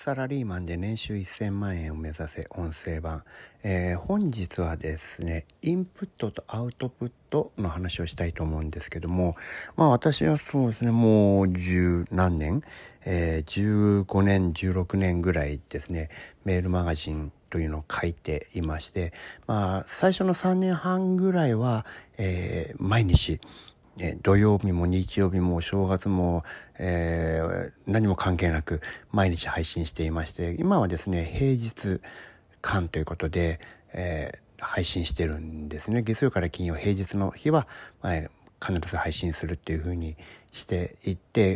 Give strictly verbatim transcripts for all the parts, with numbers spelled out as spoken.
サラリーマンで年収せんまんえんを目指せ音声版、えー本日はですね、インプットとアウトプットの話をしたいと思うんですけども、まあ私はそうですね、もう十何年、えー、じゅうごねんじゅうろくねんぐらいですね、メールマガジンというのを書いていまして、まあ最初のさんねんはんぐらいは、えー毎日えー土曜日も日曜日も正月も、えー何も関係なく毎日配信していまして、今はですね、平日間ということで、えー配信してるんですね。月曜から金曜、平日の日は、まあ必ず配信するっていう風にしていって、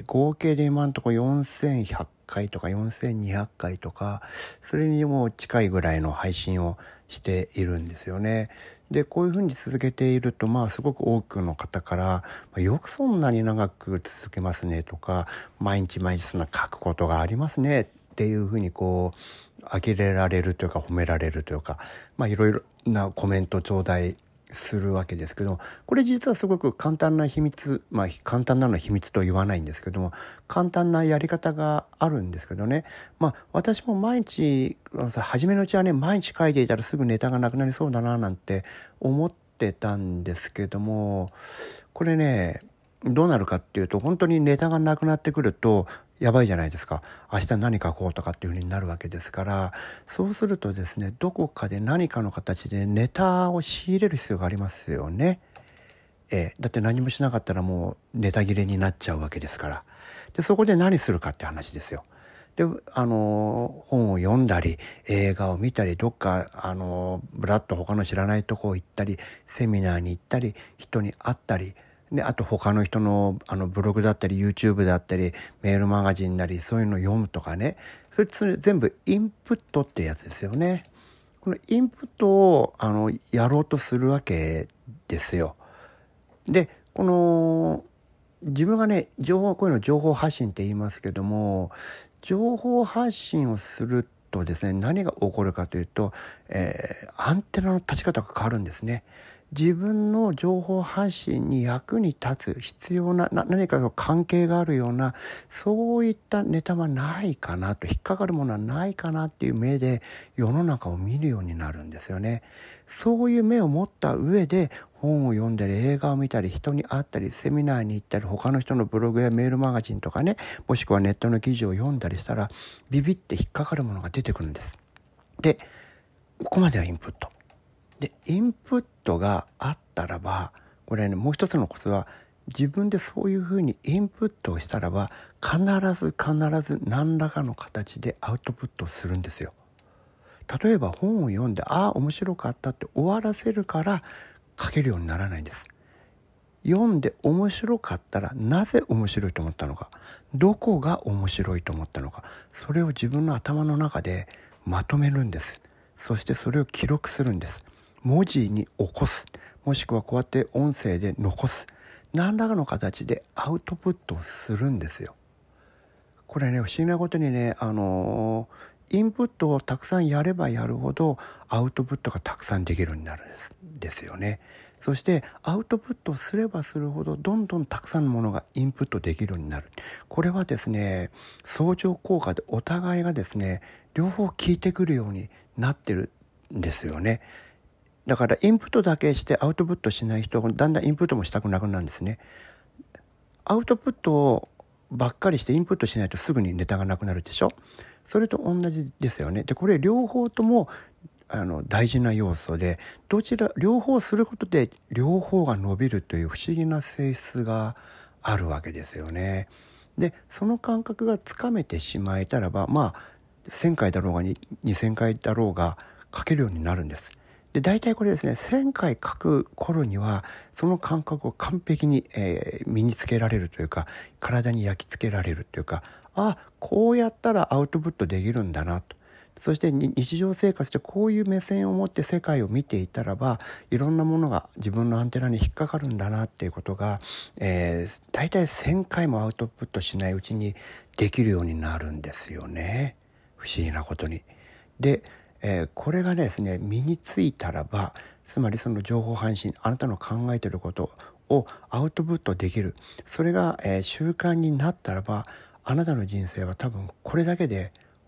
合計で今のところよんせんひゃっかいとかよんせんにひゃっかいとか、それにも近いぐらいの配信をしているんですよね。でこういうふうに続けていると、まあすごく多くの方からまあよくそんなに長く続けますねとか、毎日毎日そんな書くことがありますねっていうふうにこう呆れられるというか褒められるというか、まあいろいろなコメント頂戴するわけですけど、これ実はすごく簡単な秘密、まあ簡単なのは秘密と言わないんですけども、簡単なやり方があるんですけどね。まあ私も毎日初めのうちはね、毎日書いていたらすぐネタがなくなりそうだななんて思ってたんですけども、これね、どうなるかっていうと、本当にネタがなくなってくるとやばいじゃないですか。明日何書こうとかっていう風になるわけですから、そうするとですね、どこかで何かの形でネタを仕入れる必要がありますよね。ええ、だって何もしなかったらもうネタ切れになっちゃうわけですから。でそこで何するかって話ですよ。であの本を読んだり映画を見たり、どっかあのブラッと他の知らないとこ行ったり、セミナーに行ったり、人に会ったりで、あと他の人のあのブログだったり YouTube だったりメールマガジンなり、そういうのを読むとかね、それつ全部インプットってやつですよね。このインプットをあのやろうとするわけですよ。でこの自分がね、情報こういうの情報発信って言いますけども、情報発信をするとですね、何が起こるかというと、えーアンテナの立ち方が変わるんですね。自分の情報発信に役に立つ必要な、な何かの関係があるような、そういったネタはないかなと、引っかかるものはないかなっていう目で世の中を見るようになるんですよね。そういう目を持った上で本を読んだり映画を見たり、人に会ったり、セミナーに行ったり、他の人のブログやメールマガジンとかね、もしくはネットの記事を読んだりしたら、ビビって引っかかるものが出てくるんです。でここまではインプットで、インプットがあったらば、これね、もう一つのコツは、自分でそういうふうにインプットをしたらば、必ず必ず何らかの形でアウトプットをするんですよ。例えば本を読んで、ああ面白かったって終わらせるから書けるようにならないんです。読んで面白かったら、なぜ面白いと思ったのか、どこが面白いと思ったのか、それを自分の頭の中でまとめるんです。そしてそれを記録するんです。文字に起こす、もしくはこうやって音声で残す、何らかの形でアウトプットをするんですよ。これね、不思議なことにね、あのインプットをたくさんやればやるほどアウトプットがたくさんできるようになるんですですよね。そしてアウトプットをすればするほど、どんどんたくさんのものがインプットできるようになる。これはですね、相乗効果でお互いがですね、両方効いてくるようになってるんですよね。だからインプットだけしてアウトプットしない人は、だんだんインプットもしたくなくなるんですね。アウトプットをばっかりしてインプットしないとすぐにネタがなくなるでしょ。それと同じですよね。でこれ両方ともあの大事な要素で、どちら両方することで両方が伸びるという不思議な性質があるわけですよね。でその感覚がつかめてしまえたらば、まあせんかいだろうがにせんかいだろうが書けるようになるんです。で大体これですね、せんかい書く頃にはその感覚を完璧に、えー身につけられるというか、体に焼き付けられるというか、あ、こうやったらアウトプットできるんだなと。そしてに日常生活でこういう目線を持って世界を見ていたらば、いろんなものが自分のアンテナに引っかかるんだなっていうことが、えー、大体せんかいもアウトプットしないうちにできるようになるんですよね。不思議なことに。でえー、これがですね、身についたらば、つまりその情報発信、あなたの考えていることをアウトプットできる、それが、えー習慣になったらば、あなたの人生は多分これだけで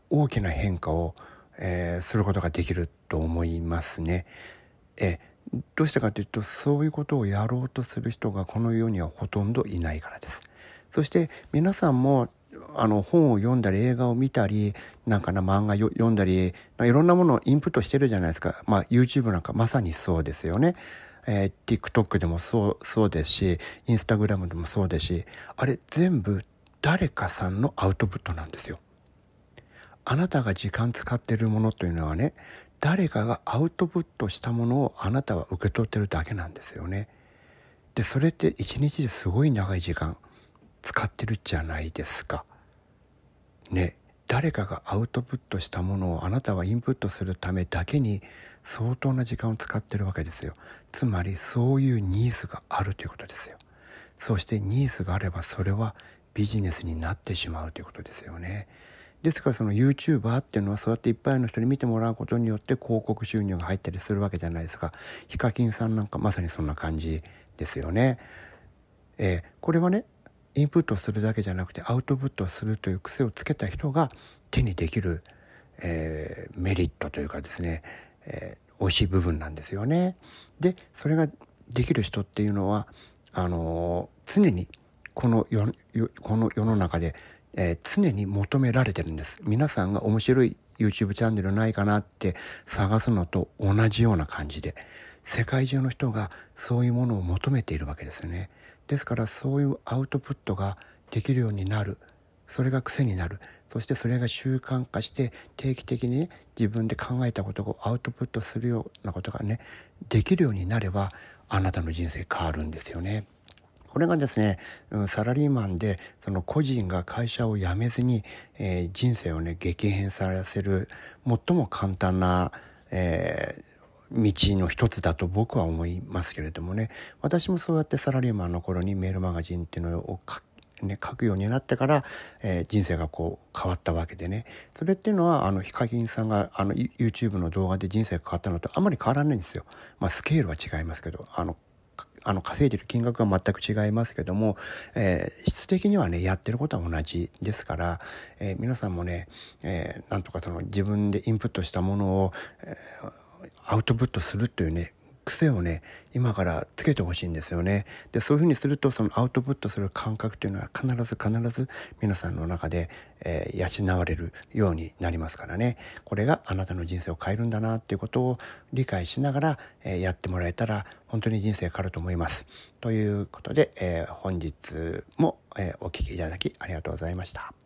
大きな変化を、えー、することができると思いますね。えー、どうしてかというと、そういうことをやろうとする人がこの世にはほとんどいないからです。そして皆さんもあの本を読んだり映画を見たりなんかな漫画よ読んだりいろんなものをインプットしてるじゃないですか。まあ YouTube なんかまさにそうですよね。えー、TikTok でもそうそうですし、Instagram でもそうですし、あれ全部誰かさんのアウトプットなんですよ。あなたが時間使ってるものというのはね、誰かがアウトプットしたものをあなたは受け取ってるだけなんですよね。でそれって一日ですごい長い時間使ってるじゃないですかね。誰かがアウトプットしたものをあなたはインプットするためだけに相当な時間を使ってるわけですよ。つまりそういうニーズがあるということですよ。そしてニーズがあればそれはビジネスになってしまうということですよね。ですからその YouTuber っていうのはそうやっていっぱいの人に見てもらうことによって広告収入が入ったりするわけじゃないですか。ヒカキンさんなんかまさにそんな感じですよね。えー、これはねインプットするだけじゃなくてアウトプットするという癖をつけた人が手にできる、えー、メリットというかですね、えー、美味しい部分なんですよね。でそれができる人っていうのはあのー、常にこの世この世の中で、えー、常に求められてるんです。皆さんが面白い YouTube チャンネルないかなって探すのと同じような感じで世界中の人がそういうものを求めているわけですよね。ですからそういうアウトプットができるようになる、それが癖になる、そしてそれが習慣化して定期的に、ね、自分で考えたことをアウトプットするようなことがねできるようになればあなたの人生変わるんですよね。これがですね、サラリーマンでその個人が会社を辞めずに、えー、人生をね激変させる最も簡単な、えー道の一つだと僕は思いますけれどもね。私もそうやってサラリーマンの頃にメールマガジンっていうのを書,、ね、書くようになってから、えー、人生がこう変わったわけでね。それっていうのはあのヒカキンさんがあの YouTube の動画で人生が変わったのとあまり変わらないんですよ。まあスケールは違いますけど、あのあの稼いでる金額は全く違いますけども、えー、質的にはねやってることは同じですから、えー、皆さんもね、えー、なんとかその自分でインプットしたものを、えーアウトプットするというね癖をね今からつけてほしいんですよね。でそういうふうにするとそのアウトプットする感覚というのは必ず必ず皆さんの中で、えー、養われるようになりますからね。これがあなたの人生を変えるんだなっていうことを理解しながら、えー、やってもらえたら本当に人生変わると思います。ということで、えー、本日も、えー、お聞きいただきありがとうございました。